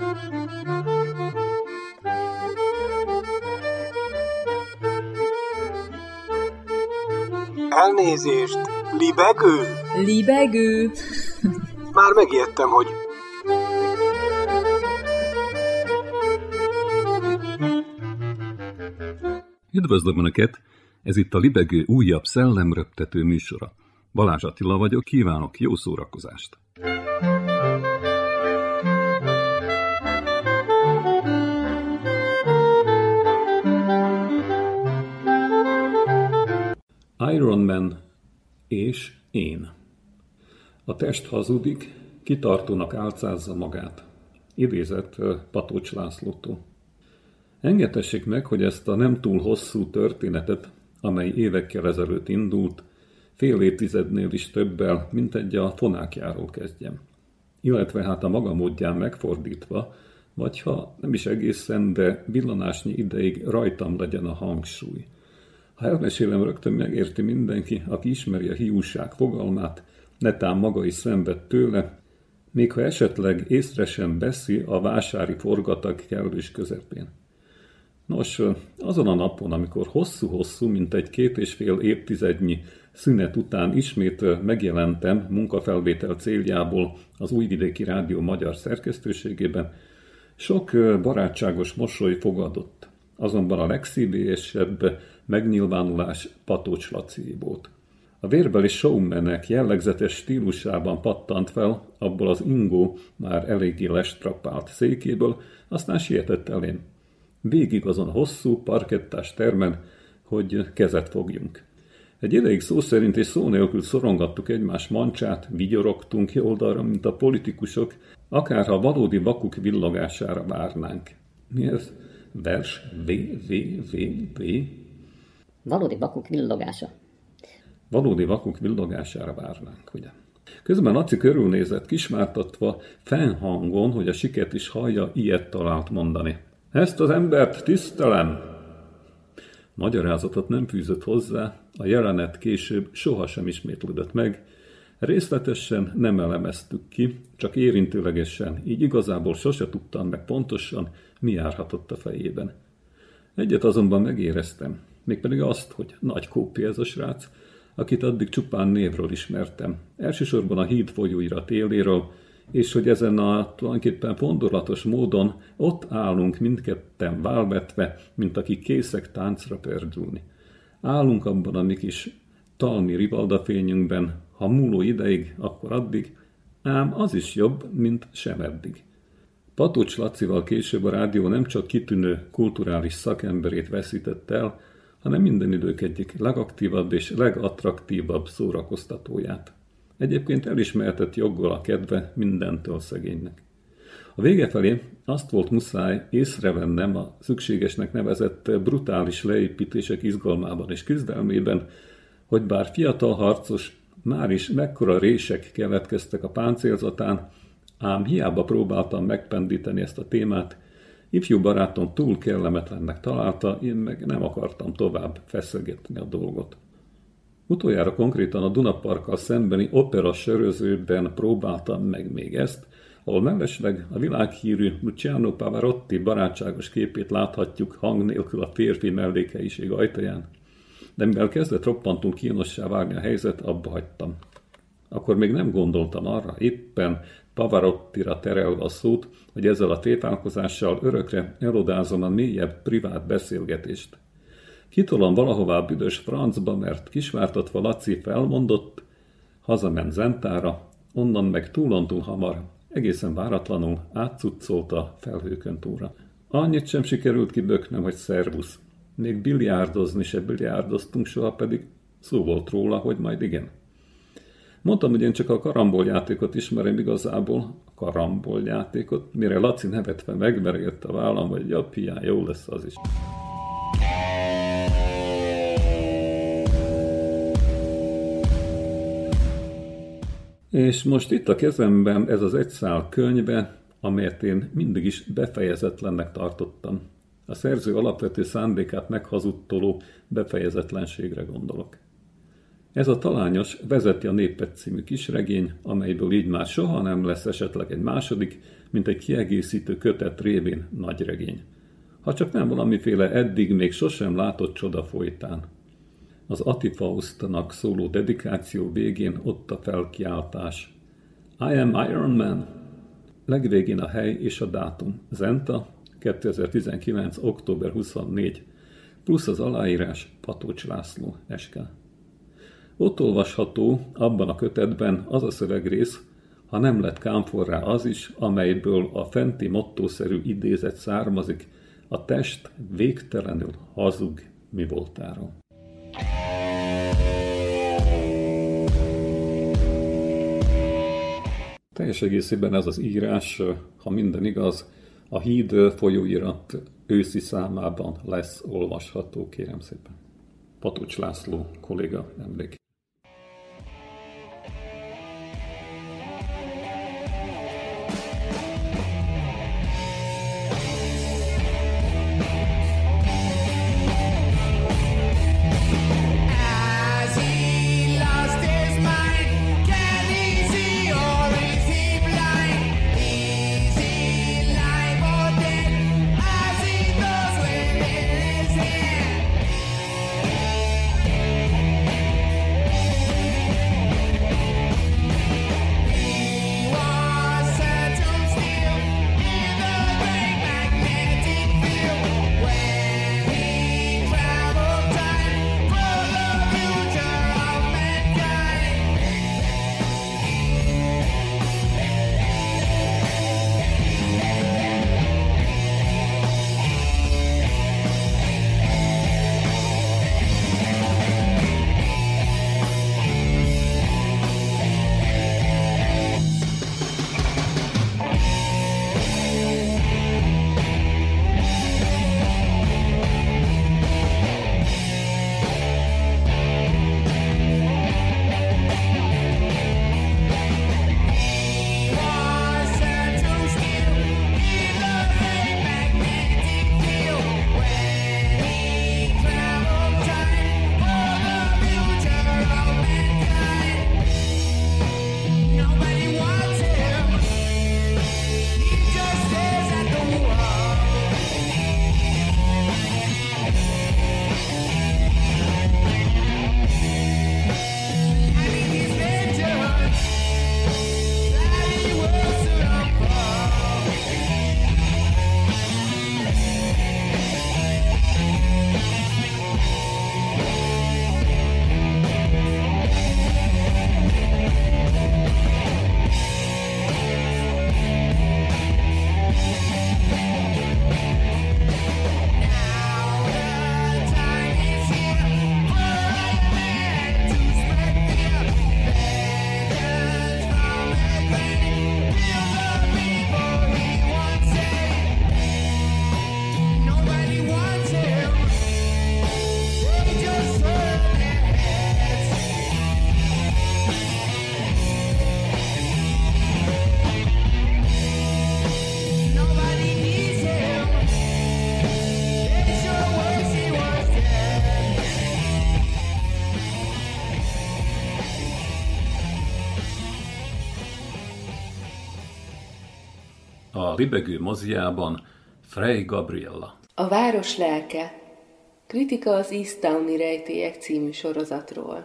Elnézést! Libegő? Libegő? Már megijedtem, hogy... Üdvözlöm Önöket! Ez itt a Libegő újabb szellemröptető műsora. Balázs Attila vagyok, kívánok jó szórakozást! Iron Man és én. A test hazudik, kitartónak álcázza magát. Idézett Patócs Lászlótól. Engedhessék meg, hogy ezt a nem túl hosszú történetet, amely évekkel ezelőtt indult, fél évtizednél is többel, mint egy a fonákjáról kezdjem. Illetve hát a maga módján megfordítva, vagy ha nem is egészen, de villanásnyi ideig rajtam legyen a hangsúly. Ha elmesélem, rögtön megérti mindenki, aki ismeri a hiúság fogalmát, netán maga is szenved tőle, még ha esetleg észre sem veszi a vásári forgatag kellős közepén. Nos, azon a napon, amikor hosszú-hosszú, mint egy 2,5 évtizednyi szünet után ismét megjelentem munkafelvétel céljából az Újvidéki Rádió magyar szerkesztőségében, sok barátságos mosoly fogadott. Azonban a legszívélyesebb megnyilvánulás Patócs Lacié volt. A vérbeli showmanek jellegzetes stílusában pattant fel abból az ingó, már eléggé lestrapált székéből, aztán sietett elém. Végig azon hosszú, parkettás termen, hogy kezet fogjunk. Egy ideig szó szerint és szó nélkül szorongattuk egymás mancsát, vigyorogtunk oldalra, mint a politikusok, akárha valódi vakuk villogására várnánk. Mi ez? Vers? V. Valódi vakuk villogása. Valódi vakuk villogására várnánk, ugye? Közben Laci körülnézett, kismártatva, fennhangon, hogy a siket is hallja, ilyet talált mondani. Ezt az embert tisztelem! Magyarázatot nem fűzött hozzá, a jelenet később sohasem ismétlődött meg, részletesen nem elemeztük ki, csak érintőlegesen, így igazából sose tudtam meg pontosan, mi járhatott a fejében. Egyet azonban megéreztem, mégpedig azt, hogy nagy kópi ez a srác, akit addig csupán névről ismertem, elsősorban a híd folyóirat éléről, és hogy ezen a tulajdonképpen fondorlatos módon ott állunk mindketten válvetve, mint akik készek táncra perdülni. Állunk abban a mi kis talmi rivaldafényünkben, ha múló ideig, akkor addig, ám az is jobb, mint sem eddig. Patócs Lacival később a rádió nem csak kitűnő kulturális szakemberét veszített el, hanem minden idők egyik legaktívabb és legattraktívabb szórakoztatóját. Egyébként elismertett joggal a kedve mindentől szegénynek. A vége felé azt volt muszáj észrevennem a szükségesnek nevezett brutális leépítések izgalmában és küzdelmében, hogy bár fiatal harcos, már is mekkora rések keletkeztek a páncélzatán, ám hiába próbáltam megpendíteni ezt a témát, ifjú barátom túl kellemetlennek találta, én meg nem akartam tovább feszegetni a dolgot. Utoljára konkrétan a Dunaparkkal szembeni opera sörözőben próbáltam meg még ezt, ahol mellesleg a világhírű Luciano Pavarotti barátságos képét láthatjuk hang nélkül a férfi mellékhelyiség ajtaján. De mivel kezdett roppantul kínossá válni a helyzet, abba hagytam. Akkor még nem gondoltam arra, éppen Pavarottira terelve a szót, hogy ezzel a tétálkozással örökre elodázom a mélyebb privát beszélgetést. Kitolom valahová büdös francba, mert kisvártatva Laci felmondott, hazament Zentára, onnan meg túlontúl hamar, egészen váratlanul átcuccolt a felhőkön túlra. Annyit sem sikerült kiböknem, hogy szervusz. Még biliárdozni se biliárdoztunk soha, pedig szó volt róla, hogy majd igen. Mondtam, hogy én csak a karamboljátékot ismerem igazából, a karamboljátékot, mire Laci nevetve megvergett a vállam, hogy jobb hiány, jó lesz az is. És most itt a kezemben ez az egy szál könyve, amelyet én mindig is befejezetlennek tartottam. A szerző alapvető szándékát meghazudtoló befejezetlenségre gondolok. Ez a talányos Vezeti a népet című kisregény, amelyből így már soha nem lesz esetleg egy második, mint egy kiegészítő kötet révén nagyregény. Ha csak nem valamiféle eddig még sosem látott csoda folytán. Az Atifaustnak szóló dedikáció végén ott a felkiáltás. I am Iron Man. Legvégén a hely és a dátum. Zenta, 2019. október 24. Plusz az aláírás Patócs László, SK. Ott olvasható abban a kötetben az a szövegrész, ha nem lett kámforrá az is, amelyből a fenti mottószerű idézet származik, a test végtelenül hazug mi voltáról. Teljes egészében ez az írás, ha minden igaz, a Híd folyóirat őszi számában lesz olvasható, kérem szépen. Patócs László kolléga emlék. A Libegő moziában Frey Gabriella. A város lelke. Kritika az Easttowni rejtélyek című sorozatról.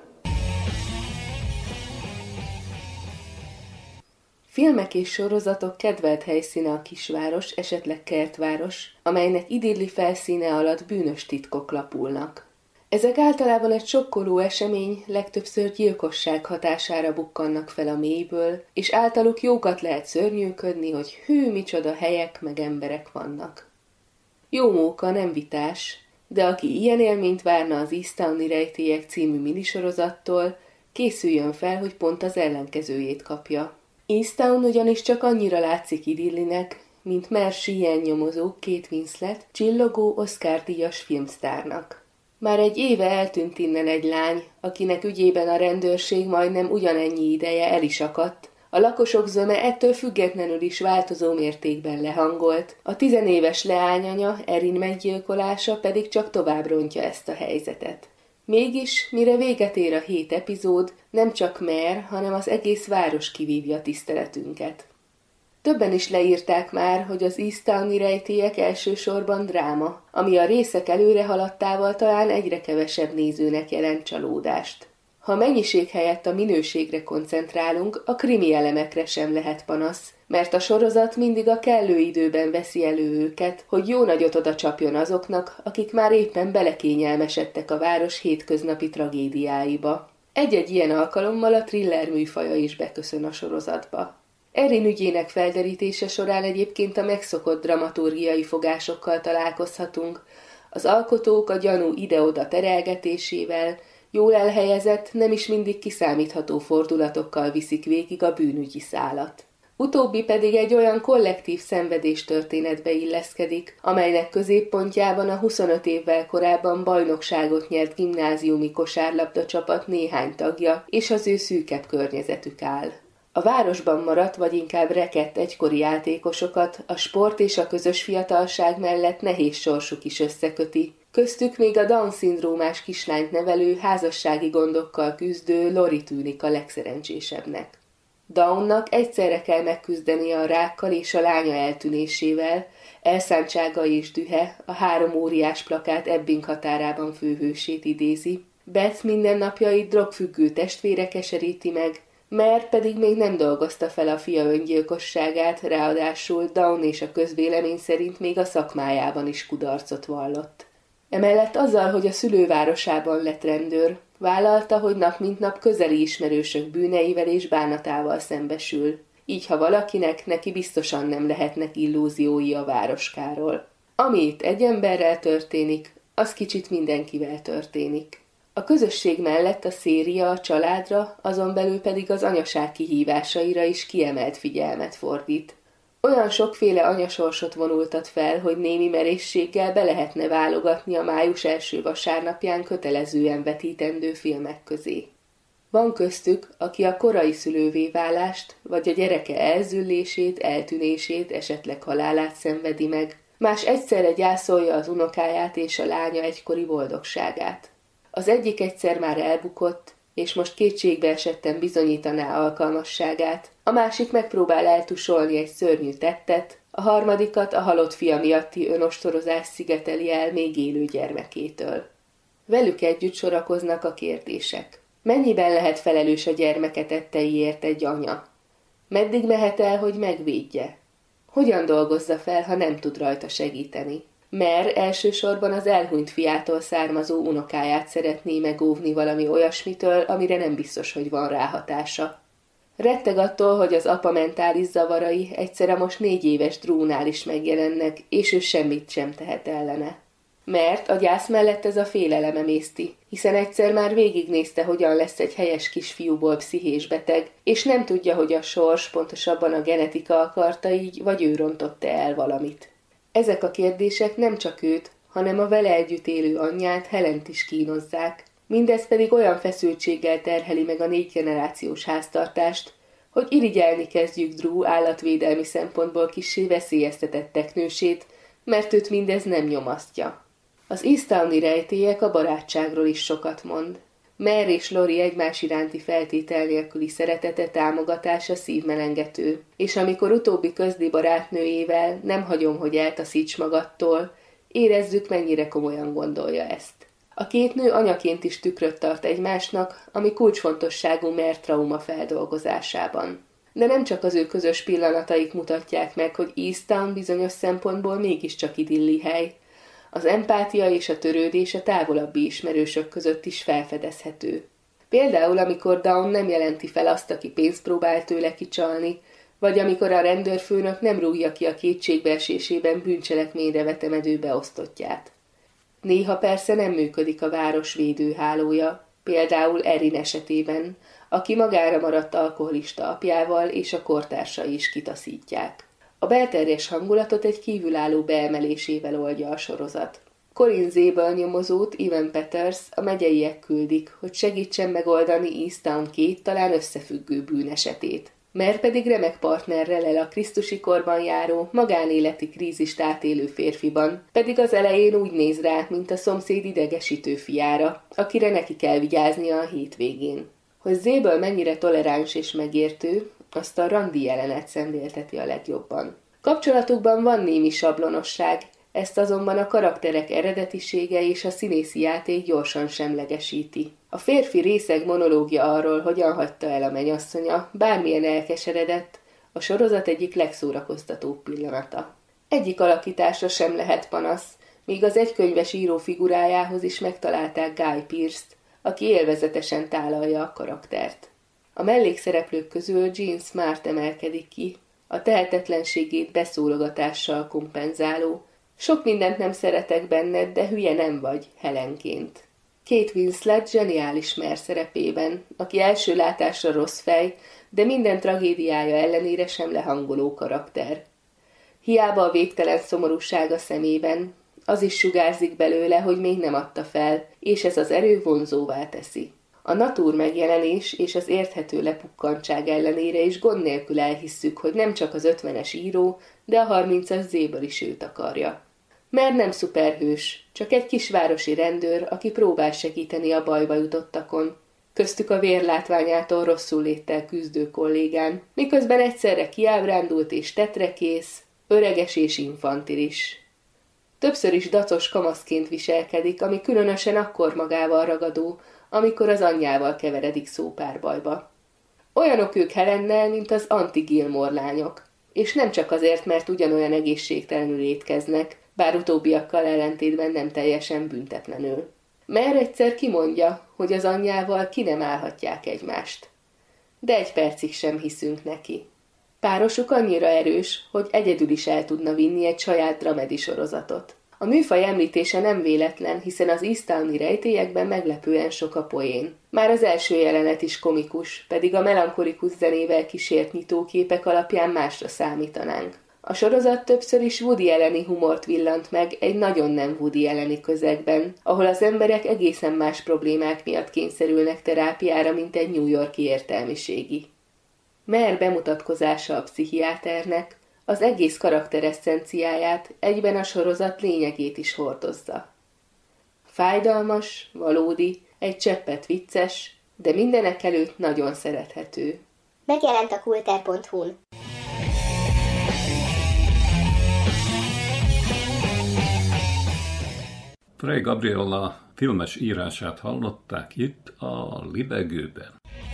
Filmek és sorozatok kedvelt helyszíne a kisváros, esetleg kertváros, amelynek idilli felszíne alatt bűnös titkok lapulnak. Ezek általában egy sokkoló esemény, legtöbbször gyilkosság hatására bukkannak fel a mélyből, és általuk jókat lehet szörnyűködni, hogy hű, micsoda helyek meg emberek vannak. Jó móka, nem vitás, de aki ilyen élményt várna az Easttowni rejtélyek című minisorozattól, készüljön fel, hogy pont az ellenkezőjét kapja. Easttown ugyanis csak annyira látszik idillinek, mint Merci ilyen nyomozó Kate Winslet, csillogó Oscar-díjas filmsztárnak. Már egy éve eltűnt innen egy lány, akinek ügyében a rendőrség majdnem ugyanennyi ideje el is akadt. A lakosok zöme ettől függetlenül is változó mértékben lehangolt, a 10 éves leányanya, Erin meggyilkolása pedig csak tovább rontja ezt a helyzetet. Mégis, mire véget ér a 7 epizód, nem csak Mare, hanem az egész város kivívja tiszteletünket. Többen is leírták már, hogy az Eastowni rejtélyek elsősorban dráma, ami a részek előre haladtával talán egyre kevesebb nézőnek jelent csalódást. Ha a mennyiség helyett a minőségre koncentrálunk, a krimi elemekre sem lehet panasz, mert a sorozat mindig a kellő időben veszi elő őket, hogy jó nagyot oda csapjon azoknak, akik már éppen belekényelmesedtek a város hétköznapi tragédiáiba. Egy-egy ilyen alkalommal a thriller műfaja is beköszön a sorozatba. Erin ügyének felderítése során egyébként a megszokott dramaturgiai fogásokkal találkozhatunk, az alkotók a gyanú ide-oda terelgetésével, jól elhelyezett, nem is mindig kiszámítható fordulatokkal viszik végig a bűnügyi szálat. Utóbbi pedig egy olyan kollektív szenvedéstörténetbe illeszkedik, amelynek középpontjában a 25 évvel korábban bajnokságot nyert gimnáziumi kosárlabda csapat néhány tagja és az ő szűkebb környezetük áll. A városban maradt, vagy inkább rekedt egykori játékosokat a sport és a közös fiatalság mellett nehéz sorsuk is összeköti. Köztük még a Down-szindrómás kislányt nevelő, házassági gondokkal küzdő Lori tűnik a legszerencsésebbnek. Dawnnak egyszerre kell megküzdenie a rákkal és a lánya eltűnésével, elszántsága és dühe a 3 óriás plakát Ebbing határában főhősét idézi. Beth mindennapjait drogfüggő testvére keseríti meg, Mer pedig még nem dolgozta fel a fia öngyilkosságát, ráadásul Dawn és a közvélemény szerint még a szakmájában is kudarcot vallott. Emellett azzal, hogy a szülővárosában lett rendőr, vállalta, hogy nap mint nap közeli ismerősök bűneivel és bánatával szembesül. Így, ha valakinek, neki biztosan nem lehetnek illúziói a városkáról. Ami itt egy emberrel történik, az kicsit mindenkivel történik. A közösség mellett a széria a családra, azon belül pedig az anyaság kihívásaira is kiemelt figyelmet fordít. Olyan sokféle anyasorsot vonultat fel, hogy némi merészséggel be lehetne válogatni a május első vasárnapján kötelezően vetítendő filmek közé. Van köztük, aki a korai szülővé válást, vagy a gyereke elzüllését, eltűnését, esetleg halálát szenvedi meg, más egyszerre gyászolja az unokáját és a lánya egykori boldogságát. Az egyik egyszer már elbukott, és most kétségbe esetten bizonyítaná alkalmasságát, a másik megpróbál eltusolni egy szörnyű tettet, a harmadikat a halott fia miatti önostorozás szigeteli el még élő gyermekétől. Velük együtt sorakoznak a kérdések. Mennyiben lehet felelős a gyermeke tetteiért egy anya? Meddig mehet el, hogy megvédje? Hogyan dolgozza fel, ha nem tud rajta segíteni? Mer elsősorban az elhunyt fiától származó unokáját szeretné megóvni valami olyasmitől, amire nem biztos, hogy van ráhatása. Retteg attól, hogy az apa mentális zavarai egyszerre most 4 éves Drewnál is megjelennek, és ő semmit sem tehet ellene. Mert a gyász mellett ez a félelem emészti, hiszen egyszer már végignézte, hogyan lesz egy helyes kisfiúból pszichés beteg, és nem tudja, hogy a sors, pontosabban a genetika akarta így, vagy ő rontotta el valamit. Ezek a kérdések nem csak őt, hanem a vele együtt élő anyját, Helent is kínozzák. Mindez pedig olyan feszültséggel terheli meg a 4 generációs háztartást, hogy irigyelni kezdjük Drew állatvédelmi szempontból kissé veszélyeztetett teknősét, mert őt mindez nem nyomasztja. Az Eastowni rejtélyek a barátságról is sokat mond. Mer és Lori egymás iránti feltétel nélküli szeretete, támogatása szívmelengető, és amikor utóbbi közli barátnőjével nem hagyom, hogy eltaszíts magadtól, érezzük, mennyire komolyan gondolja ezt. A 2 nő anyaként is tükröt tart egymásnak, ami kulcsfontosságú Mer trauma feldolgozásában. De nem csak az ő közös pillanataik mutatják meg, hogy Easttown bizonyos szempontból mégiscsak idilli hely. Az empátia és a törődés a távolabbi ismerősök között is felfedezhető. Például, amikor Dawn nem jelenti fel azt, aki pénzt próbál tőle kicsalni, vagy amikor a rendőrfőnök nem rúgja ki a kétségbeesésében bűncselekményre vetemedő beosztottját. Néha persze nem működik a város védőhálója, például Erin esetében, aki magára maradt alkoholista apjával és a kortársai is kitaszítják. A belterjes hangulatot egy kívülálló beemelésével oldja a sorozat. Colin Zabel nyomozót Evan Peters a megyeiek küldik, hogy segítsen megoldani Easttown 2 talán összefüggő bűnesetét. Mer pedig remek partnerrel el a krisztusi korban járó, magánéleti krízist átélő férfiban, pedig az elején úgy néz rá, mint a szomszéd idegesítő fiára, akire neki kell vigyáznia a hétvégén. Hogy Zabel mennyire toleráns és megértő, azt a randi jelenet szemlélteti a legjobban. Kapcsolatukban van némi sablonosság, ezt azonban a karakterek eredetisége és a színészi játék gyorsan semlegesíti. A férfi részeg monológia arról, hogyan hagyta el a mennyasszonya, bármilyen elkeseredett, a sorozat egyik legszórakoztatóbb pillanata. Egyik alakításra sem lehet panasz, míg az egykönyves író figurájához is megtalálták Guy Pearce-t, aki élvezetesen tálalja a karaktert. A mellékszereplők közül Jean Smart emelkedik ki, a tehetetlenségét beszólogatással kompenzáló. Sok mindent nem szeretek benned, de hülye nem vagy, Helenként. Kate Winslet zseniális Mer szerepében, aki első látásra rossz fej, de minden tragédiája ellenére sem lehangoló karakter. Hiába a végtelen szomorúság a szemében, az is sugárzik belőle, hogy még nem adta fel, és ez az erő vonzóvá teszi. A natúr megjelenés és az érthető lepukkantság ellenére is gond nélkül elhisszük, hogy nem csak az 50-es író, de a 30-as zéből is őt akarja. Mer nem szuperhős, csak egy kisvárosi rendőr, aki próbál segíteni a bajba jutottakon. Köztük a vérlátványától rosszul léttel küzdő kollégán, miközben egyszerre kiábrándult és tetrekész, öreges és infantilis. Többször is dacos kamaszként viselkedik, ami különösen akkor magával ragadó, amikor az anyjával keveredik szópárbajba. Olyanok ők Helennel, mint az anti-Gilmore lányok, és nem csak azért, mert ugyanolyan egészségtelenül étkeznek, bár utóbbiakkal ellentétben nem teljesen büntetlenül. Mer egyszer kimondja, hogy az anyjával ki nem állhatják egymást. De egy percig sem hiszünk neki. Párosuk annyira erős, hogy egyedül is el tudna vinni egy saját dramedi sorozatot. A műfaj említése nem véletlen, hiszen az Eastowni rejtélyekben meglepően sok a poén. Már az első jelenet is komikus, pedig a melankolikus zenével kísért nyitóképek alapján másra számítanánk. A sorozat többször is Woody Alleni humort villant meg egy nagyon nem Woody Alleni közegben, ahol az emberek egészen más problémák miatt kényszerülnek terápiára, mint egy New York-i értelmiségi. Mer bemutatkozása a pszichiáternek az egész karakter esszenciáját, egyben a sorozat lényegét is hordozza. Fájdalmas, valódi, egy cseppet vicces, de mindenekelőtt nagyon szerethető. Megjelent a kulter.hu-n. Frey Gabriella filmes írását hallották itt a Libegőben.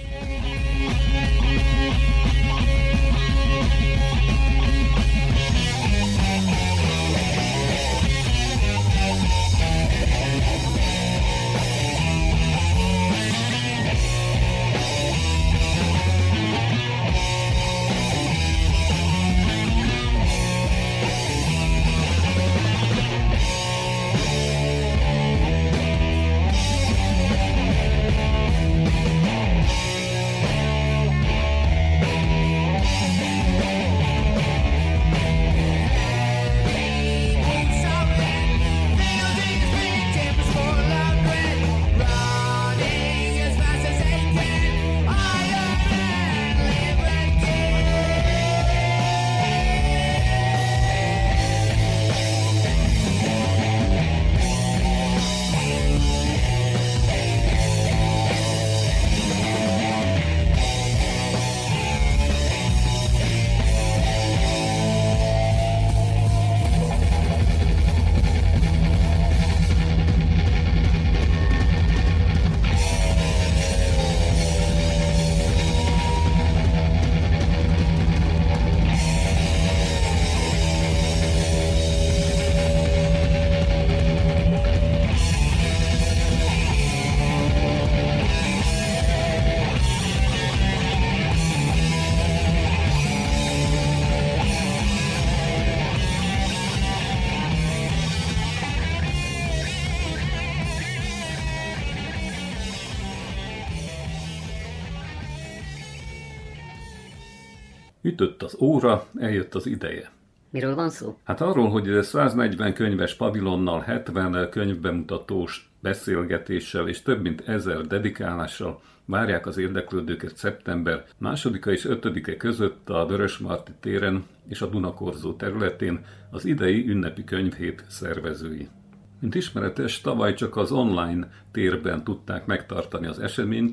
Ütött az óra, eljött az ideje. Miről van szó? Hát arról, hogy 140 könyves pavilonnal, 70 könyvbemutatós beszélgetéssel és több mint 1000 dedikálással várják az érdeklődőket szeptember 2-a és 5-e között a Vörösmarty téren és a Dunakorzó területén az idei ünnepi könyvhét szervezői. Mint ismeretes, tavaly csak az online térben tudták megtartani az eseményt,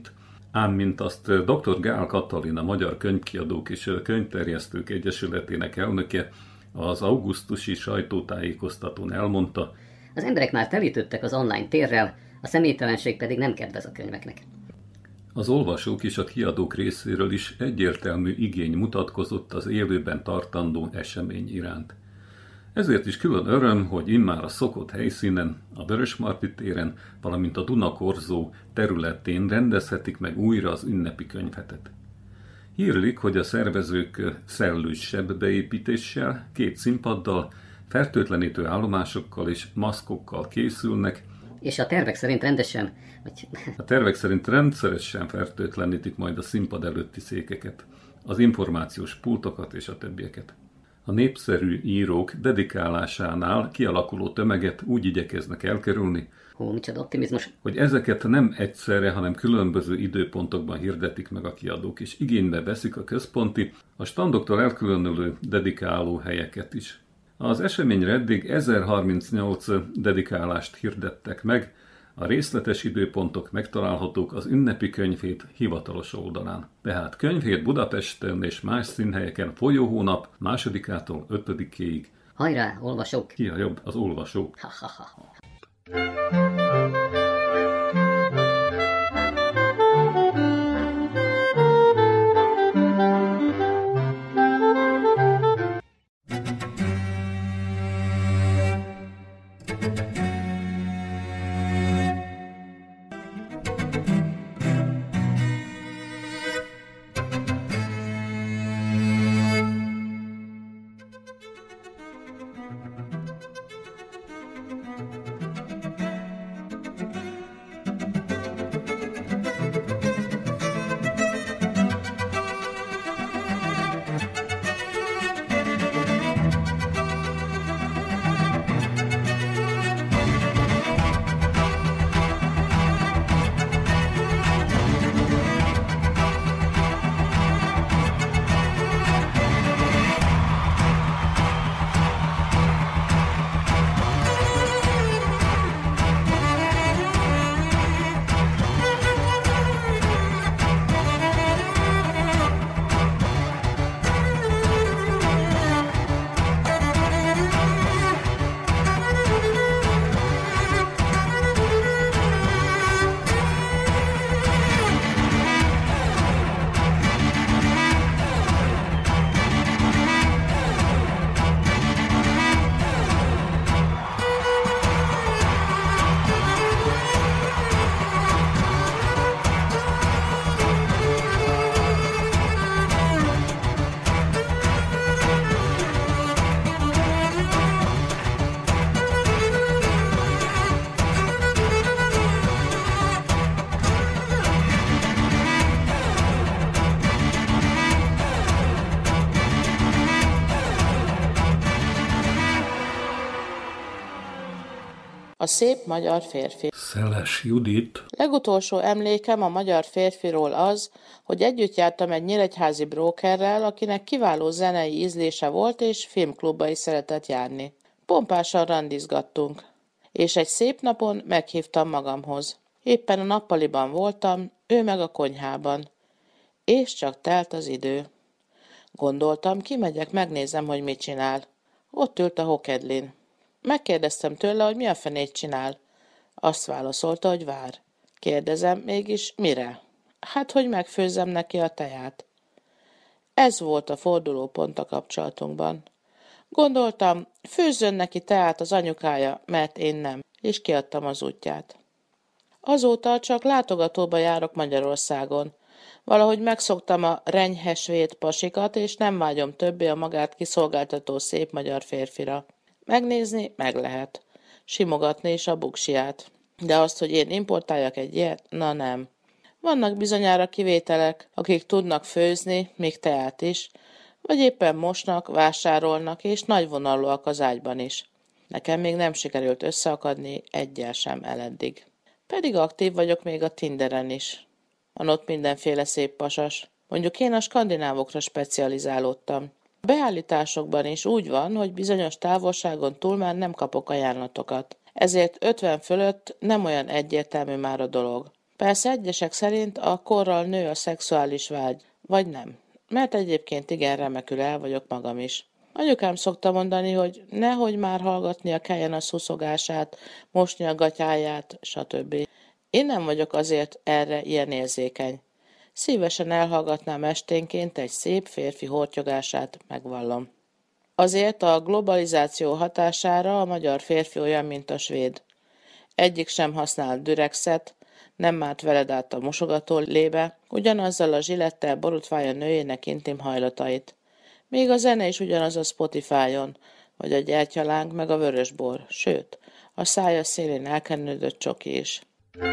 Ám mint azt dr. Gál Katalin, a Magyar Könyvkiadók és Könyvterjesztők Egyesületének elnöke az augusztusi sajtótájékoztatón elmondta, az emberek már telítődtek az online térrel, a személytelenség pedig nem kedvez a könyveknek. Az olvasók és a kiadók részéről is egyértelmű igény mutatkozott az élőben tartandó esemény iránt. Ezért is külön öröm, hogy immár a szokott helyszínen, a Vörösmarty téren, valamint a Dunakorzó területén rendezhetik meg újra az ünnepi könyvhetet. Hírlik, hogy a szervezők szellősebb beépítéssel, 2 színpaddal, fertőtlenítő állomásokkal és maszkokkal készülnek, És a tervek szerint rendszeresen fertőtlenítik majd a színpad előtti székeket, az információs pultokat és a többieket. A népszerű írók dedikálásánál kialakuló tömeget úgy igyekeznek elkerülni, micsoda optimizmus. hogy ezeket nem egyszerre, hanem különböző időpontokban hirdetik meg a kiadók, és igénybe veszik a központi, a standoktól elkülönülő dedikáló helyeket is. Az eseményre eddig 1038 dedikálást hirdettek meg, a részletes időpontok megtalálhatók az ünnepi könyvhét hivatalos oldalán. Tehát könyvhét Budapesten és más színhelyeken folyóhónap 2-től 5-ig. Hajrá, olvasók! Ki a jobb? Az olvasók. A szép magyar férfi. Szeles Judit. Legutolsó emlékem a magyar férfiról az, hogy együtt jártam egy nyíregyházi brókerrel, akinek kiváló zenei ízlése volt, és filmklubba is szeretett járni. Pompásan randizgattunk, és egy szép napon meghívtam magamhoz. Éppen a nappaliban voltam, ő meg a konyhában. És csak telt az idő. Gondoltam, kimegyek, megnézem, hogy mit csinál. Ott ült a hokedlin. Megkérdeztem tőle, hogy mi a fenét csinál. Azt válaszolta, hogy vár. Kérdezem, mégis mire? Hát, hogy megfőzzem neki a teját. Ez volt a fordulópont a kapcsolatunkban. Gondoltam, főzzön neki teát az anyukája, mert én nem, és kiadtam az útját. Azóta csak látogatóba járok Magyarországon. Valahogy megszoktam a renyhesvét pasikat, és nem vágyom többé a magát kiszolgáltató szép magyar férfira. Megnézni meg lehet. Simogatni is a buksiját. De azt, hogy én importáljak egy ilyet, na nem. Vannak bizonyára kivételek, akik tudnak főzni, még teát is, vagy éppen mosnak, vásárolnak, és nagyvonalúak az ágyban is. Nekem még nem sikerült összeakadni egyel sem eleddig. Pedig aktív vagyok még a Tinderen is. Van ott mindenféle szép pasas. Mondjuk én a skandinávokra specializálódtam. A beállításokban is úgy van, hogy bizonyos távolságon túl már nem kapok ajánlatokat. Ezért 50 fölött nem olyan egyértelmű már a dolog. Persze egyesek szerint a korral nő a szexuális vágy, vagy nem. Mert egyébként igen remekül el vagyok magam is. Anyukám szokta mondani, hogy nehogy már hallgatnia kelljen a szuszogását, mosni a gatyáját, stb. Én nem vagyok azért erre ilyen érzékeny. Szívesen elhallgatnám esténként egy szép férfi hortyogását, megvallom. Azért a globalizáció hatására a magyar férfi olyan, mint a svéd. Egyik sem használ dürexet, nem márt veled át a mosogató lébe, ugyanazzal a zsilettel borutválja nőjének intim hajlatait. Még a zene is ugyanaz a Spotify-on, vagy a gyertyaláng meg a vörösbor, sőt, a szája szélén elkenődött csoki is.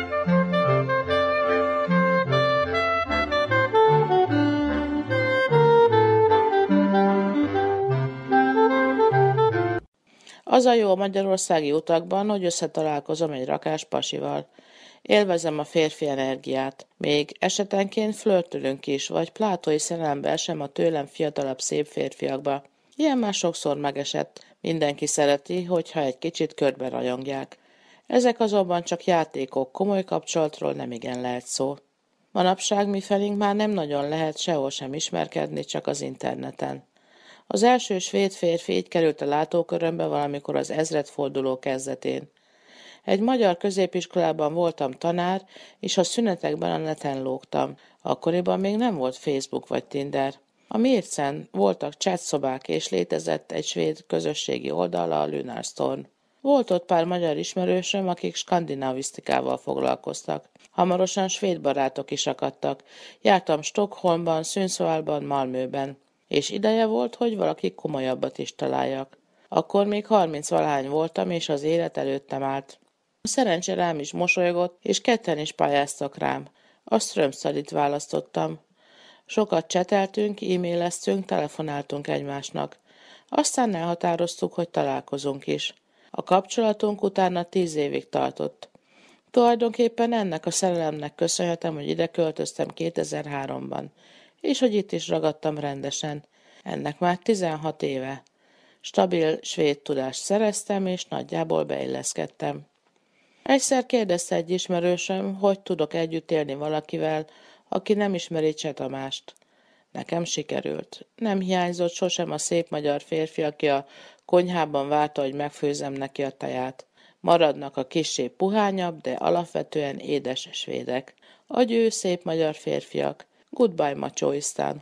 Az a jó a magyarországi utakban, hogy összetalálkozom egy rakás pasival. Élvezem a férfi energiát. Még esetenként flörtölünk is, vagy plátói szerelembe esem a tőlem fiatalabb szép férfiakba. Ilyen már sokszor megesett. Mindenki szereti, hogyha egy kicsit körbe rajongják. Ezek azonban csak játékok, komoly kapcsolatról nem igen lehet szó. Manapság mifelénk már nem nagyon lehet sehol sem ismerkedni, csak az interneten. Az első svéd férfi így került a látókörömbe valamikor az ezredforduló kezdetén. Egy magyar középiskolában voltam tanár, és a szünetekben a neten lógtam. Akkoriban még nem volt Facebook vagy Tinder. A Mircen voltak chatszobák, és létezett egy svéd közösségi oldala, a Lunarstorm. Volt ott pár magyar ismerősöm, akik skandinávisztikával foglalkoztak. Hamarosan svéd barátok is akadtak. Jártam Stockholmban, Sundsvallban, Malmöben. És ideje volt, hogy valaki komolyabbat is találjak. Akkor még 30-valahány voltam, és az élet előttem állt. A szerencse rám is mosolygott, és ketten is pályáztak rám. A Strömstadit választottam. Sokat cseteltünk, e-maileztünk, telefonáltunk egymásnak. Aztán elhatároztuk, hogy találkozunk is. A kapcsolatunk utána 10 évig tartott. Tulajdonképpen ennek a szerelemnek köszönhetem, hogy ide költöztem 2003-ban. És hogy itt is ragadtam rendesen. Ennek már 16 éve. Stabil svéd tudást szereztem, és nagyjából beilleszkedtem. Egyszer kérdezte egy ismerősöm, hogy tudok együtt élni valakivel, aki nem ismeri Cseh Tamást. Nekem sikerült. Nem hiányzott sosem a szép magyar férfi, aki a konyhában várta, hogy megfőzzem neki a teját. Maradnak a kissé puhányabb, de alapvetően édes svédek. Agyő, szép magyar férfiak. Goodbye, macsóisztán.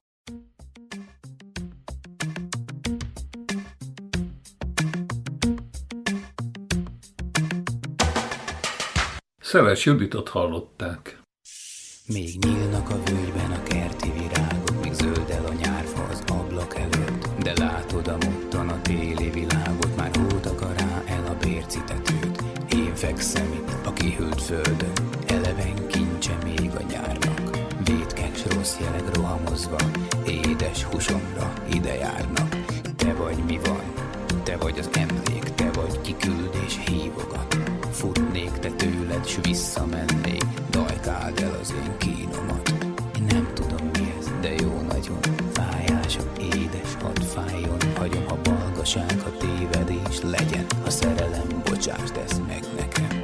Szeles Juditot hallották. Még nyílnak a völgyben a kerti virágok, még zöld el a nyárfa az ablak előtt, de látod a mottan a téli világot, már hót akar rá el a bércitetőt. Én fekszem itt a kihűlt földön, eleven kincse még a nyárnak. Vétkek s rossz jelek rohamozva, édes húsomra ide járnak. Te vagy mi van, te vagy az emlék, te vagy kiküld és hívogat. Futnék te tőled, s visszamennék, dajkáld el az én kínomat. Én nem tudom mi ez, de jó nagyon, fájás, édes, hadd fájjon. Hagyom a balgaság, ha tévedés legyen, a szerelem, bocsásd ezt meg nekem.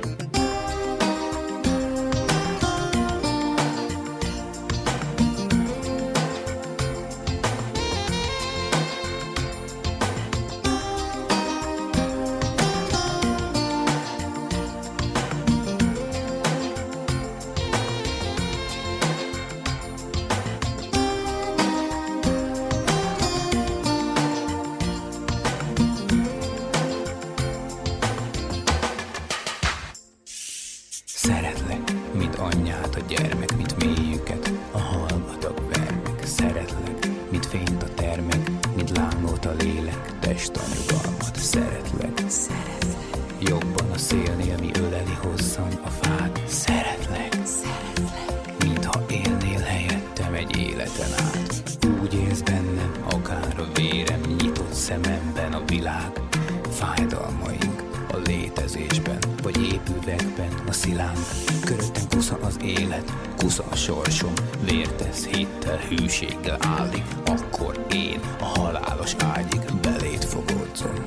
Szeretlek, mint anyját a gyermek, mint mélyüket a hallgatag vermek. Szeretlek, mint fényt a termek, mint lángot a lélek, test a nyugalmat. Szeretlek, jobban a szélnél, mi öleli hosszan a fát. Szeretlek, mintha élnél helyettem egy életen át. Úgy élsz bennem, akár a vérem, nyitott szememben a világ. Fájdalmaink a létezésben, vagy épüvegben a szilánk. Köröttem kusza az élet, kusza a sorsom, vértesz hittel, hűséggel állik. Akkor én a halálos ágyig beléd fogodzom.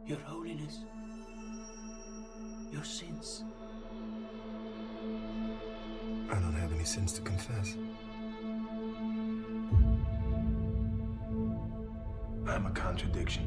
Your Holiness, your sins. I don't have any sins to confess. I'm a contradiction.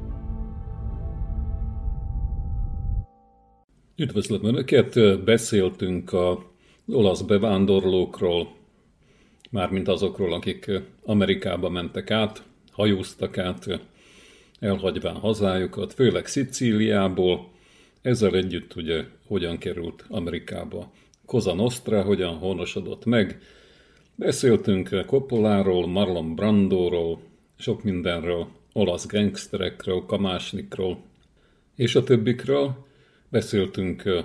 Üdvözlöm Önöket! Beszéltünk az olasz bevándorlókról, mármint azokról, akik Amerikába mentek át, hajóztak át, elhagyván hazájukat, főleg Szicíliából. Ezzel együtt ugye hogyan került Amerikába Cosa Nostra, hogyan honosodott meg. Beszéltünk Coppoláról, Marlon Brandóról, sok mindenről, olasz gangsterekről, Kamásnikról és a többikről. Beszéltünk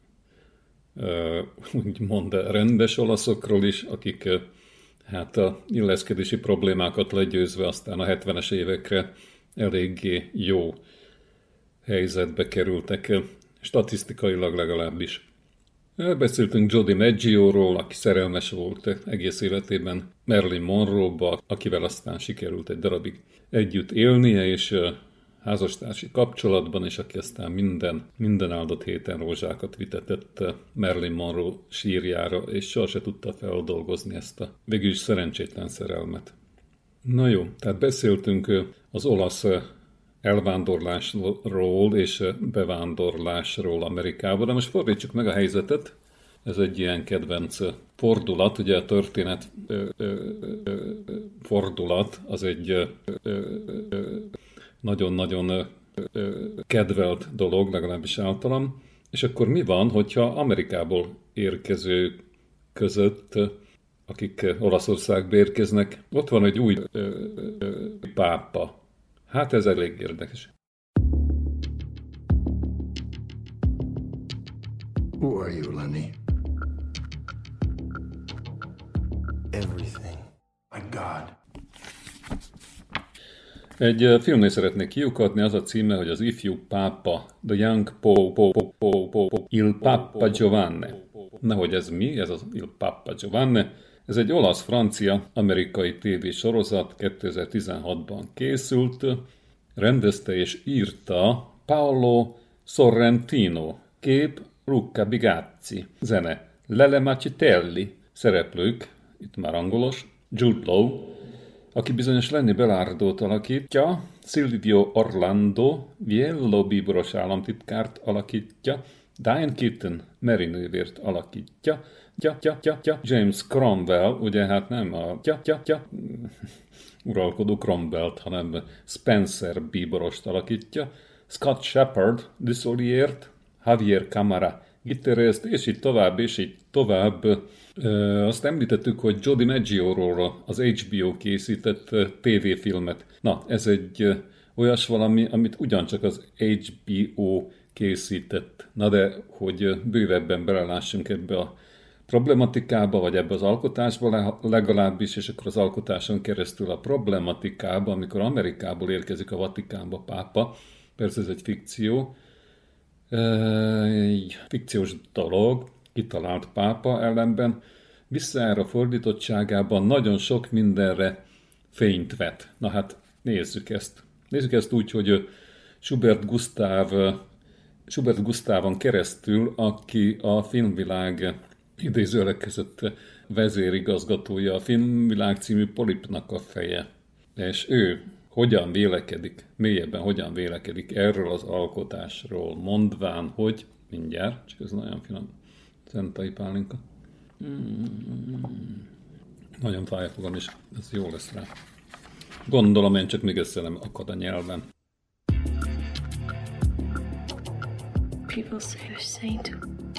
úgymond rendes olaszokról is, akik hát a illeszkedési problémákat legyőzve aztán a 70-es évekre eléggé jó helyzetbe kerültek, statisztikailag legalábbis. Beszéltünk Joe DiMaggioról, aki szerelmes volt egész életében Marilyn Monroe-ba, akivel aztán sikerült egy darabig együtt élnie, és házastársi kapcsolatban, és aki aztán minden áldott héten rózsákat vitetett Marilyn Monroe sírjára, és sohasem tudta feldolgozni ezt a végül is szerencsétlen szerelmet. Na jó, tehát beszéltünk az olasz elvándorlásról és bevándorlásról Amerikában, de most fordítsuk meg a helyzetet. Ez egy ilyen kedvenc fordulat, ugye a történet fordulat az egy nagyon-nagyon kedvelt dolog, legalábbis általam. És akkor mi van, hogyha Amerikából érkező között, akik Olaszországba érkeznek, ott van egy új pápa. Hát ez elég érdekes. Who are you, Lenny? Everything. My God. Egy filmnél szeretnék kiukadni, az a címe, hogy az ifjú pápa, The Young Pope, Il Papa Giovanni. Nahogy ez mi? Ez az Il Papa Giovanni. Ez egy olasz-francia-amerikai tévésorozat, 2016-ban készült, rendezte és írta Paolo Sorrentino, kép Luca Bigazzi, zene Lele Macitelli, szereplők, itt már angolos, Jude Law, aki bizonyos Lenny Belardót alakítja, Silvio Orlando, Viello bíboros államtitkárt alakítja, Diane Keaton merinővért alakítja, James Cromwell, ugye hát nem a uralkodó Cromwellt, hanem Spencer bíborost alakítja, Scott Shepard, Dusoliert, Javier Camara gitarrist, és így tovább. Azt említettük, hogy Joe DiMaggioról az HBO készített tévéfilmet. Na, ez egy olyas valami, amit ugyancsak az HBO készített. Na de, hogy bővebben belelássunk ebbe a problematikába, vagy ebbe az alkotásba legalábbis, és akkor az alkotáson keresztül a problematikába, amikor Amerikából érkezik a Vatikánba pápa, persze ez egy fikció, egy fikciós dolog, kitalált pápa, ellenben visszaáll a fordítottságában nagyon sok mindenre fényt vet. Na hát nézzük ezt. Nézzük ezt úgy, hogy Schubert Gusztávon keresztül, aki a filmvilág idézőjelek között vezérigazgatója, a Filmvilág című polipnak a feje. És ő hogyan vélekedik, mélyebben hogyan vélekedik erről az alkotásról, mondván, hogy mindjárt, csak ez nagyon finom, Szentai pálinka. Nagyon fáj a fogam, és ez jó lesz rá. Gondolom, én csak még össze nem akad a nyelven. People say you're a saint.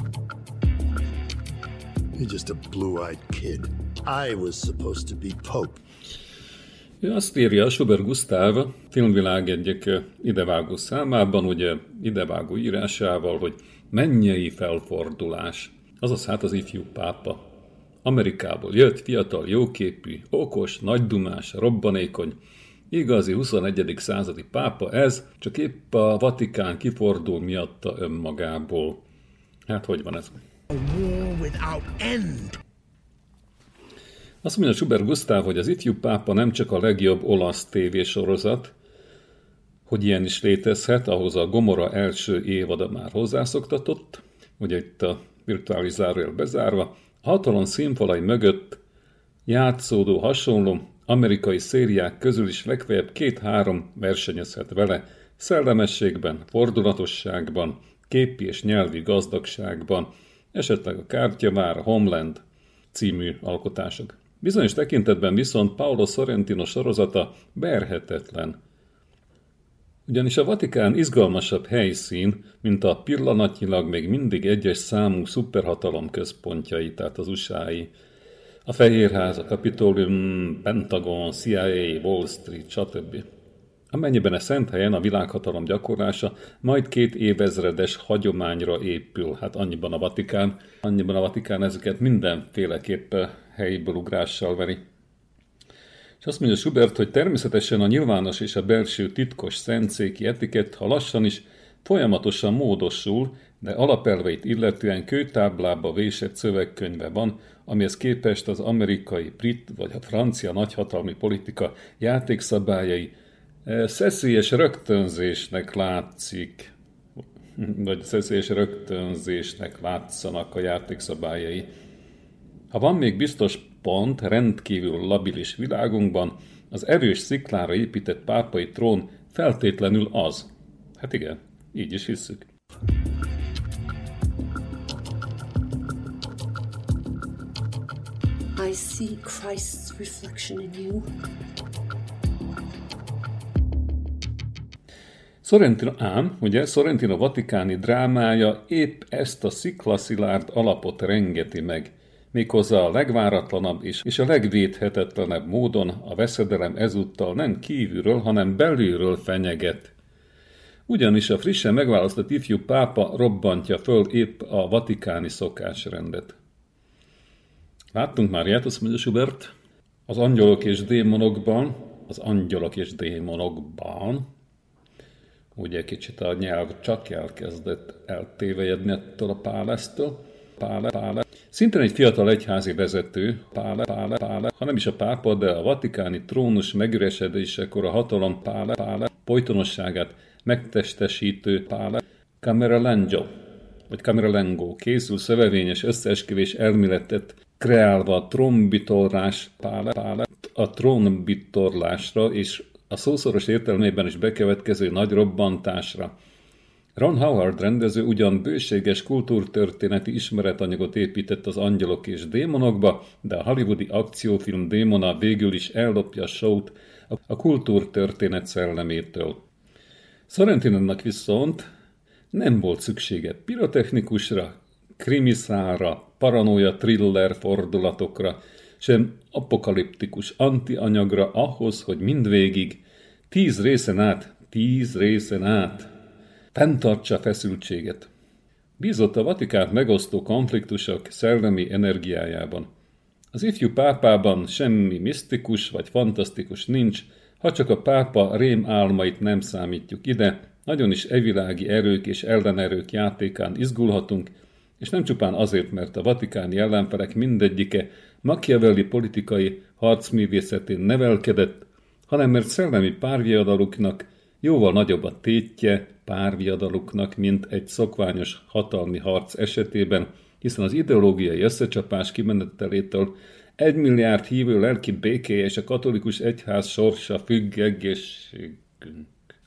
You're just a blue-eyed kid. I was supposed to be Pope. Ő azt írja Schubert Gusztáv Filmvilág egyik idevágó számában, ugye idevágó írásával, hogy mennyei felfordulás, azaz hát az ifjú pápa. Amerikából jött, fiatal, jóképű, okos, nagydumás, robbanékony, igazi 21. századi pápa ez, csak épp a Vatikán kifordul miatta önmagából. Hát hogy van ez? A war without end. Azt mondja Schubert Gusztáv, hogy az ifjú pápa nem csak a legjobb olasz tévésorozat, Hogy ilyen is létezhet, ahhoz a Gomorra első évada már hozzászoktatott, ugye itt a virtuális zárójel bezárva, a hatalom színfalai mögött játszódó hasonló amerikai szériák közül is legfeljebb 2-3 versenyezhet vele szellemességben, fordulatosságban, képi és nyelvi gazdagságban, esetleg a Kártyavár, Homeland című alkotások. Bizonyos tekintetben viszont Paolo Sorrentino sorozata verhetetlen. Ugyanis a Vatikán izgalmasabb helyszín, mint a pillanatnyilag még mindig egyes számú szuperhatalom központjai, tehát az USA-i. A Fehérház, a Kapitolium, Pentagon, CIA, Wall Street, stb. Amennyiben a szent helyen a világhatalom gyakorlása majd 2 évezredes hagyományra épül. Hát annyiban a Vatikán ezeket mindenféleképp helyiből ugrással veri. És azt mondja Schubert, hogy természetesen a nyilvános és a belső titkos szentszéki etikett, ha lassan is folyamatosan módosul, de alapelveit illetően kőtáblába vésett szövegkönyve van, amihez képest az amerikai, brit vagy a francia nagyhatalmi politika játékszabályai szeszélyes rögtönzésnek látszik, vagy szeszélyes rögtönzésnek látszanak a játékszabályai. Ha van még biztos pont rendkívül labilis világunkban, az erős sziklára épített pápai trón feltétlenül az. Hát igen, így is hisszük. I see Christ's reflection in you. Sorrentino vatikáni drámája épp ezt a sziklaszilárd alapot rengeti meg, méghozzá a legváratlanabb és a legvédhetetlenebb módon a veszedelem ezúttal nem kívülről, hanem belülről fenyeget. Ugyanis a frissen megválasztott ifjú pápa robbantja föl épp a vatikáni szokásrendet. Láttunk már ilyet, azt mondja Schubert, az angyalok és démonokban, ugye kicsit a nyelv csak elkezdett eltévejedni ettől a pálesztől. Szintén egy fiatal egyházi vezető, ha nem is a pápa, de a vatikáni trónus megüresedésekor a hatalom polytonosságát megtestesítő Camerlengo készül szövevényes összeesküvés elméletet kreálva a trónbitorlásra és a szószoros értelmében is bekövetkező nagy robbantásra. Ron Howard rendező ugyan bőséges kultúrtörténeti ismeretanyagot épített az angyalok és démonokba, de a hollywoodi akciófilm démona végül is ellopja a show-t a kultúrtörténet szellemétől. Sorrentinónak viszont nem volt szüksége pirotechnikusra, krimiszára, paranoia thriller fordulatokra, sem apokaliptikus antianyagra ahhoz, hogy mindvégig 10 részen át fenntartsa feszültséget. Bízott a Vatikánt megosztó konfliktusok szellemi energiájában. Az ifjú pápában semmi misztikus vagy fantasztikus nincs, ha csak a pápa rémálmait nem számítjuk ide, nagyon is evilági erők és ellenerők játékán izgulhatunk, és nem csupán azért, mert a vatikáni ellenfelek mindegyike Machiavelli politikai harcművészetén nevelkedett, hanem mert szellemi párviadaluknak jóval nagyobb a tétje párviadaluknak, mint egy szokványos hatalmi harc esetében, hiszen az ideológiai összecsapás kimenetelétől 1 milliárd hívő lelki békéje és a katolikus egyház sorsa függ egészségünkre.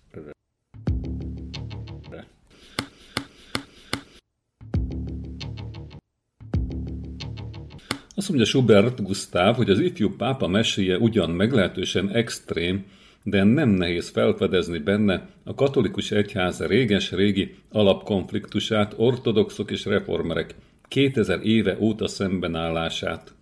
Azt mondja Schubert Gusztáv, hogy az ifjú pápa meséje ugyan meglehetősen extrém, de nem nehéz felfedezni benne a katolikus egyház réges-régi alapkonfliktusát, ortodoxok és reformerek 2000 éve óta szembenállását.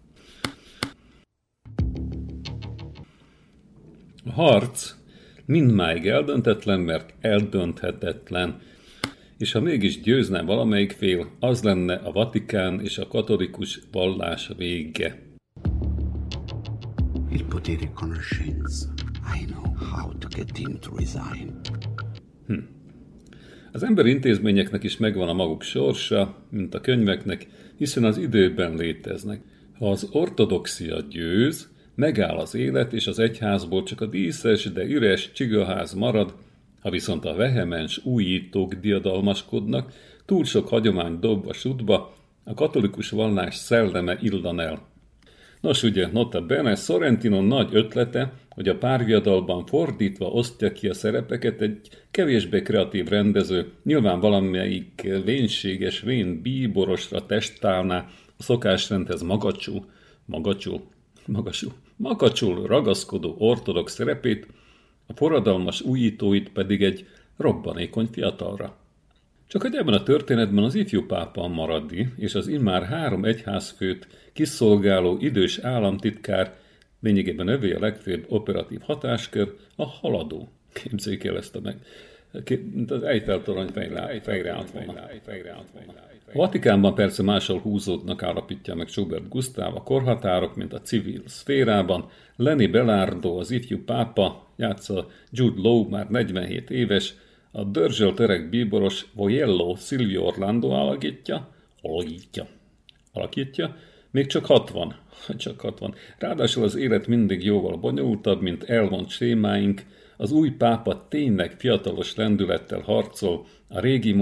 A harc mindmáig eldöntetlen, mert eldönthetetlen, és ha mégis győzne valamelyik fél, az lenne a Vatikán és a katolikus vallás vége. Il potere conoscenza. I know how to get him to resign. Az emberi intézményeknek is megvan a maguk sorsa, mint a könyveknek, hiszen az időben léteznek. Ha az ortodoxia győz, megáll az élet, és az egyházból csak a díszes, de üres csigaház marad, Ha viszont a vehemens újítók diadalmaskodnak, túl sok hagyomány dob a sutba, a katolikus vallás szelleme illan el. Nos ugye, nota bene, Sorrentino nagy ötlete, hogy a párviadalban fordítva osztja ki a szerepeket, egy kevésbé kreatív rendező nyilván valamelyik vénséges vén bíborosra testálná a szokásrendhez magacsul ragaszkodó ortodox szerepét, a forradalmas újítóit pedig egy robbanékony fiatalra. Csak hogy ebben a történetben az ifjú pápa Maradi és az immár 3 egyházfőt kiszolgáló idős államtitkár, lényegében övé a legfőbb operatív hatáskör, a haladó. Képzeljük el ezt mint az Eiffel-torony fejre állt volna. A Vatikánban persze máshol húzódnak, állapítja meg Schubert Gusztáv, a korhatárok, mint a civil szférában. Lenny Belardo, az ifjú pápa, játsza Jude Law, már 47 éves, a dörzsölt öreg bíboros Vojello Silvio Orlando alakítja, még csak 60. Ráadásul az élet mindig jóval bonyolultabb, mint elvont sémáink, az új pápa tényleg fiatalos lendülettel harcol a régi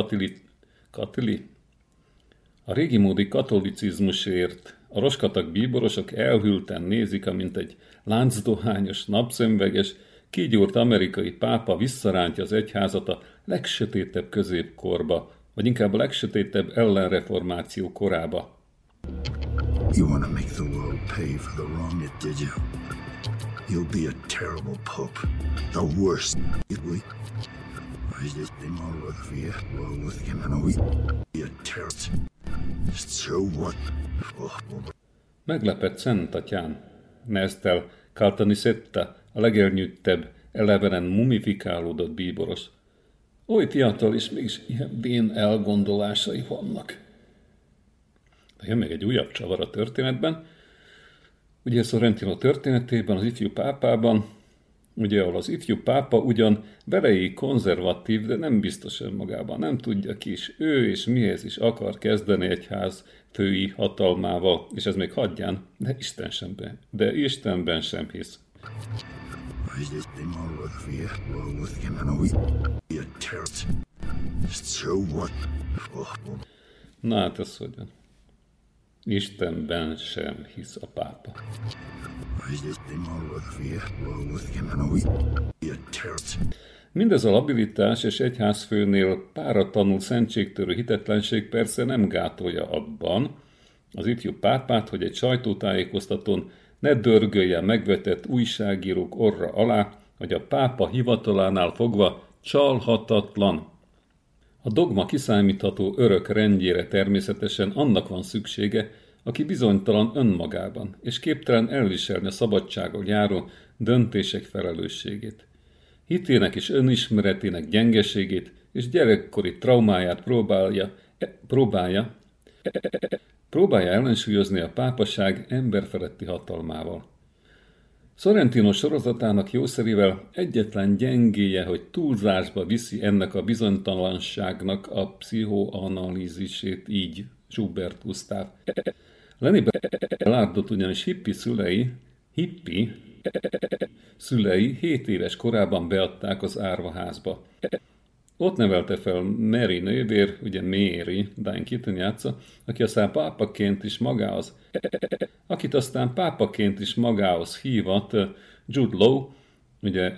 módi katolicizmusért. A roskatag bíborosok elhűlten nézik, amint egy láncdohányos, napszemüveges, kígyórt amerikai pápa visszarántja az egyházat a legsötétebb középkorba, vagy inkább a legsötétebb ellenreformáció korába. You want to make the world pay for the wrong it did you. You'll be a terrible pope. The worst. Meglepett Szent Atyán, Nestel Caltanissetta, a legelnyűttebb, elevenen mumifikálódott bíboros. Oly fiatal, és mégis ilyen vén elgondolásai vannak. De jön még egy újabb csavar a történetben. Ugye Sorrentino történetében, az ifjú pápában, ugye ahol az ifjú pápa ugyan velei konzervatív, de nem biztos önmagában, nem tudja ki is ő, és mihez is akar kezdeni egyház fői hatalmával, és ez még hagyján, de Istenben sem hisz. Na hát ez hogyan? Istenben sem hisz a pápa. Mindez a labilitás és egyházfőnél páratlanul szentségtörő hitetlenség persze nem gátolja abban az ifjú pápát, hogy egy sajtótájékoztatón ne dörgölje megvetett újságírók orra alá, hogy a pápa hivatalánál fogva csalhatatlan. A dogma kiszámítható örök rendjére természetesen annak van szüksége, aki bizonytalan önmagában, és képtelen elviselni a szabadságon járó döntések felelősségét. Hitének és önismeretének gyengeségét és gyerekkori traumáját próbálja ellensúlyozni a pápaság emberfeletti hatalmával. Sorrentino sorozatának jószerivel egyetlen gyengéje, hogy túlzásba viszi ennek a bizonytalanságnak a pszichoanalízisét, így Schubert Gusztáv. Lenny Belardot ugyanis hippi szülei 7 éves korában beadták az árvaházba. Ott nevelte fel Mary nővér, ugye Mary, Diane Keaton játsza, akit aztán pápaként is magához hívat Jude Law, ugye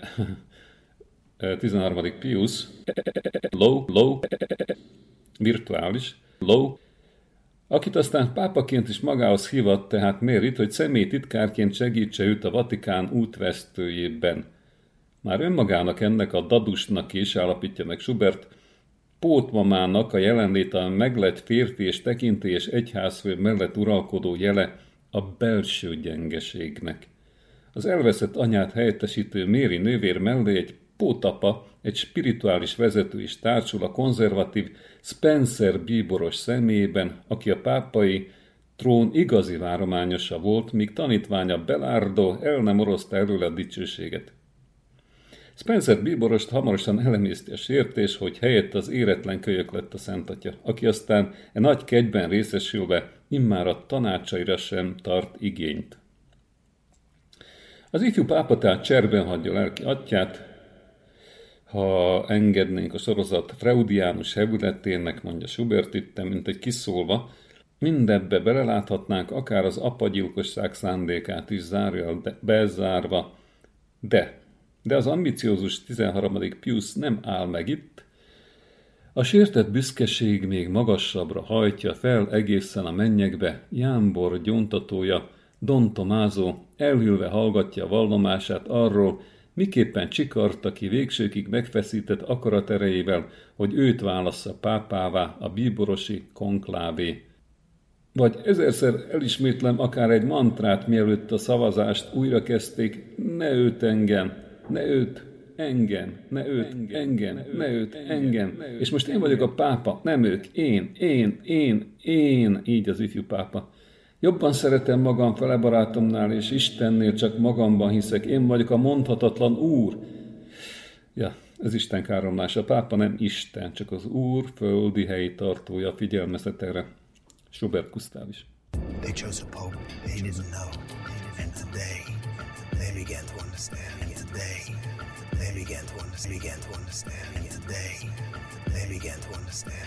13. Pius, Law, virtuális, Law, akit aztán pápaként is magához hívat, tehát Maryt, hogy személyi titkárként segítse őt a Vatikán útvesztőjében. Már önmagának ennek a dadusnak is, állapítja meg Schubert, pótmamának a jelenléte a meglett férfi és tekintélyes egyházfő mellett uralkodó jele a belső gyengeségnek. Az elveszett anyát helyettesítő Mary nővér mellé egy pótapa, egy spirituális vezető is társul a konzervatív Spencer bíboros személyében, aki a pápai trón igazi várományosa volt, míg tanítványa Belardo el nem oroszta előle a dicsőséget. Spencer bíborost hamarosan elemészti a sértés, hogy helyett az éretlen kölyök lett a Szentatya, aki aztán nagy kegyben részesülve immár a tanácsaira sem tart igényt. Az ifjú pápa tehát cserben hagyja lelki atyát, ha engednénk a sorozat freudiánus hevületének, mondja Schubert itten, mint egy kiszólva, mindebbe beleláthatnánk akár az apagyilkosság szándékát is zárjal bezárva, de az ambiciózus 13. Pius nem áll meg itt, a sértett büszkeség még magasabbra hajtja fel egészen a mennyekbe, jámbor gyóntatója, Don Tommaso elhűlve hallgatja a vallomását arról, miképpen csikarta ki végsőkig megfeszített akaraterejével, hogy őt válassza pápává a bíborosi konklávé. Vagy ezerszer elismétlem akár egy mantrát, mielőtt a szavazást újra kezdték, ne őt engem, ne őt engem, ne őt engem, ne őt engem. És most én vagyok a pápa, nem ők, én, így az ifjú pápa. Jobban szeretem magam fele barátomnál, és Istennél csak magamban hiszek. Én vagyok a mondhatatlan Úr. Ja, ez Isten káromlás. A pápa nem Isten, csak az Úr földi helyi tartója. Figyelmeztet erre Schubert Gusztáv is. They chose a pope they didn't know. And today, they began to understand. Today, they began to understand. Today, they began to understand.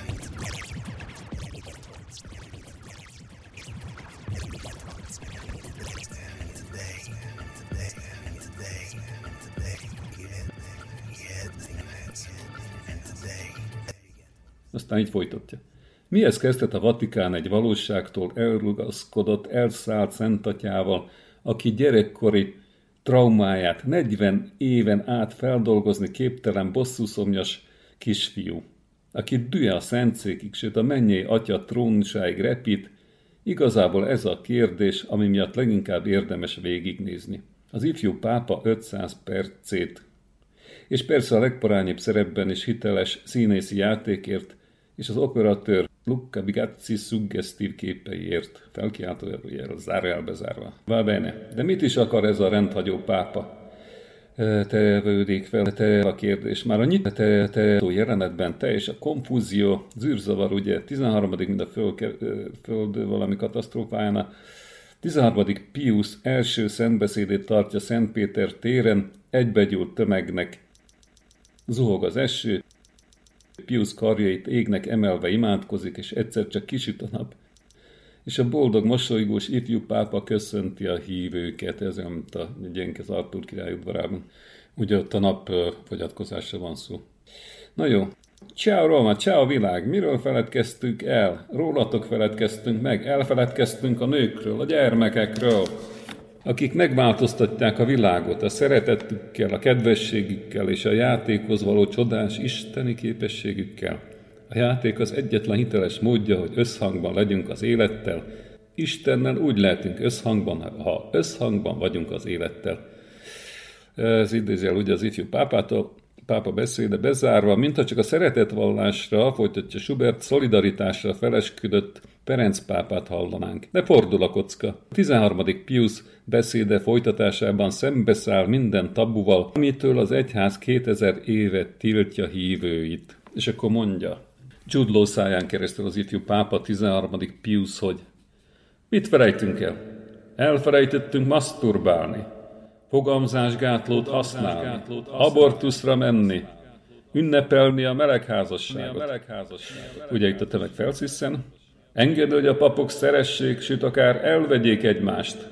Aztán így folytatja. Mihez kezdett a Vatikán egy valóságtól elrugaszkodott, elszállt szentatyával, aki gyerekkori traumáját 40 éven át feldolgozni képtelen bosszúszomjas kisfiú, aki dühe a szentszékig, sőt a mennyei atya trónusáig repít, igazából ez a kérdés, ami miatt leginkább érdemes végignézni. Az ifjú pápa 500 percét, és persze a legparányibb szerepben is hiteles színészi játékért, és az operatőr Luca Bigazzi szuggesztív képeiért, felkiáltójel zárjálbezárva. Va bene, de mit is akar ez a rendhagyó pápa? Tevődik fel a kérdés. Már a nyitó jelenetben teljes a konfúzió, zűrzavar, ugye 13. mint a föld valami katasztrófájánál. 13. Pius első szentbeszédét tartja Szent Péter téren, egybegyúlt tömegnek zuhog az eső, Pius karjait égnek emelve imádkozik, és egyszer csak kisüt a nap, és a boldog, mosolygós ifjú pápa köszönti a hívőket, ez mint a Gyenkez Artúr király udvarában. Ugye ott a nap fogyatkozásra van szó. Na jó. Ciao Roma, ciao világ! Miről feledkeztünk el? Rólatok feledkeztünk meg, elfeledkeztünk a nőkről, a gyermekekről, akik megváltoztatják a világot a szeretetükkel, a kedvességükkel és a játékhoz való csodás isteni képességükkel. A játék az egyetlen hiteles módja, hogy összhangban legyünk az élettel. Istennel úgy lehetünk összhangban, ha összhangban vagyunk az élettel. Ez idézi el ugye az ifjú pápától, pápa beszéde bezárva, mintha csak a szeretetvallásra, folytatja Schubert, szolidaritásra felesküdött Ferenc pápát hallanánk. De fordul a kocka. A 13. Pius beszéde folytatásában szembeszáll minden tabuval, amitől az egyház 2000 éve tiltja hívőit. És akkor mondja Jude Law száján keresztül az ifjú pápa 13. Pius, hogy mit felejtünk el? Elfelejtettünk maszturbálni, fogamzásgátlót használni, abortuszra menni, ünnepelni a melegházasságot. Ugye itt a tömeg felszisszen, engedő, hogy a papok szeressék, sőt akár elvegyék egymást.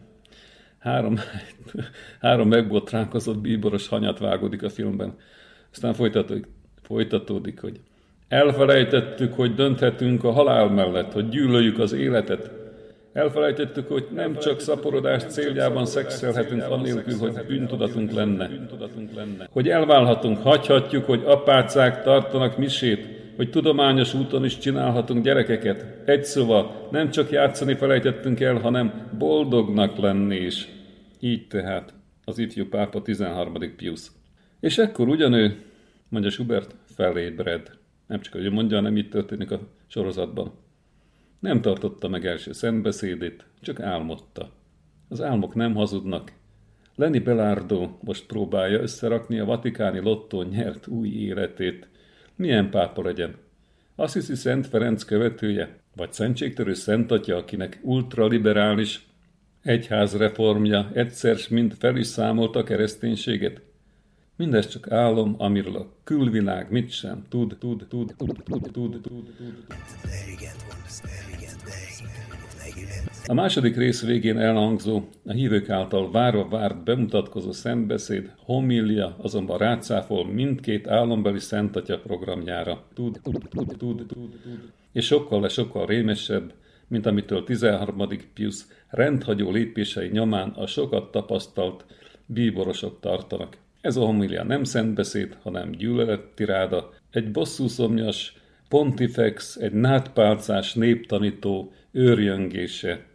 Három megbotránkozott bíboros hanyat vágódik a filmben. Aztán folytatódik, hogy elfelejtettük, hogy dönthetünk a halál mellett, hogy gyűlöljük az életet. Elfelejtettük, hogy nem csak szaporodás céljában szexelhetünk annélkül, hogy bűntudatunk lenne. Hogy elválhatunk, hagyhatjuk, hogy apácák tartanak misét, hogy tudományos úton is csinálhatunk gyerekeket. Egy szóval, nem csak játszani felejtettünk el, hanem boldognak lenni is. Így tehát az ifjú pápa 13. Pius. És ekkor ugyanő, mondja Schubert, felébred. Nem csak, hogy mondja, hanem így történik a sorozatban. Nem tartotta meg első szentbeszédét, csak álmodta. Az álmok nem hazudnak. Lenny Belardo most próbálja összerakni a vatikáni lottó nyert új életét. Milyen pápa legyen? Assisi Szent Ferenc követője? Vagy szentségtörő szentatya, akinek ultraliberális egyházreformja egyszer mind fel is számolta a kereszténységet? Mindez csak álom, amiről a külvilág mit sem tud. A második rész végén elhangzó, a hívők által várva várt bemutatkozó szentbeszéd, homília azonban rácáfol mindkét álombeli szentatya programjára. És sokkal rémesebb, mint amitől 13. Pius rendhagyó lépései nyomán a sokat tapasztalt bíborosok tartanak. Ez a homília nem szentbeszéd, hanem gyűlölettiráda, egy bosszúszomjas pontifex, egy nátpálcás néptanító őrjöngése.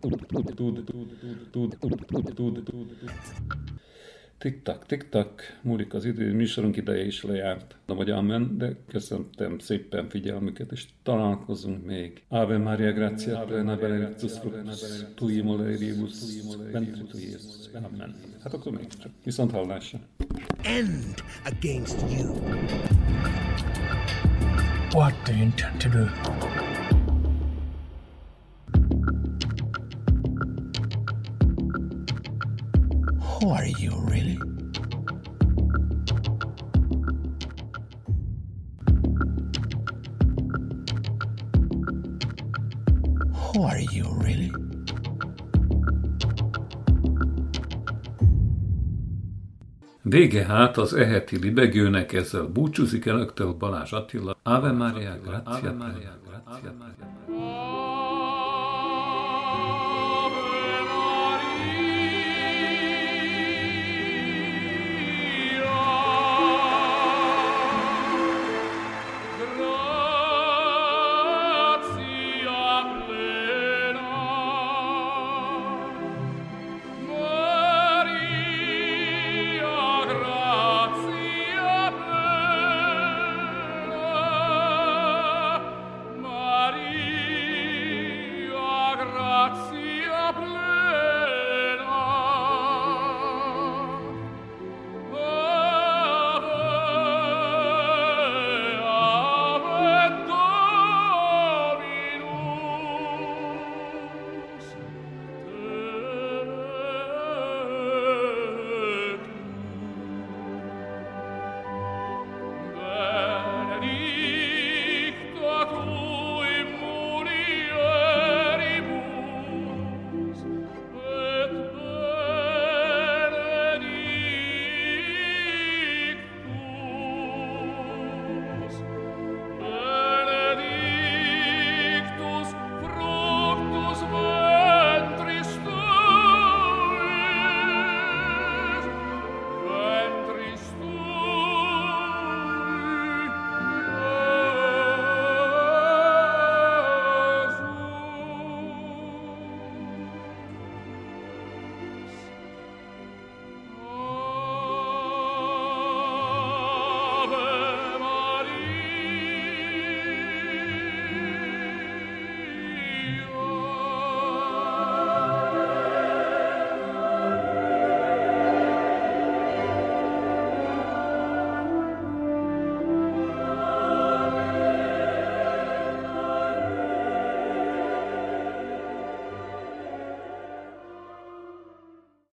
Tik-tak, múlik az idő, műsorunk ideje is lejárt. Nem vagy amen, de köszöntem szépen figyelmüket, és találkozunk még. Ave Maria, gratia plena, benedictus fructus, tui mulieribus, benedictus Jézus. Amen. Hát akkor még csak. Viszont hallásra. End against you. What do you intend to do? Who are you, really? Who are you, really? Vége hát az eheti libegőnek, ezzel búcsúzik önöktől Balázs Attila. Ave Maria, gratia.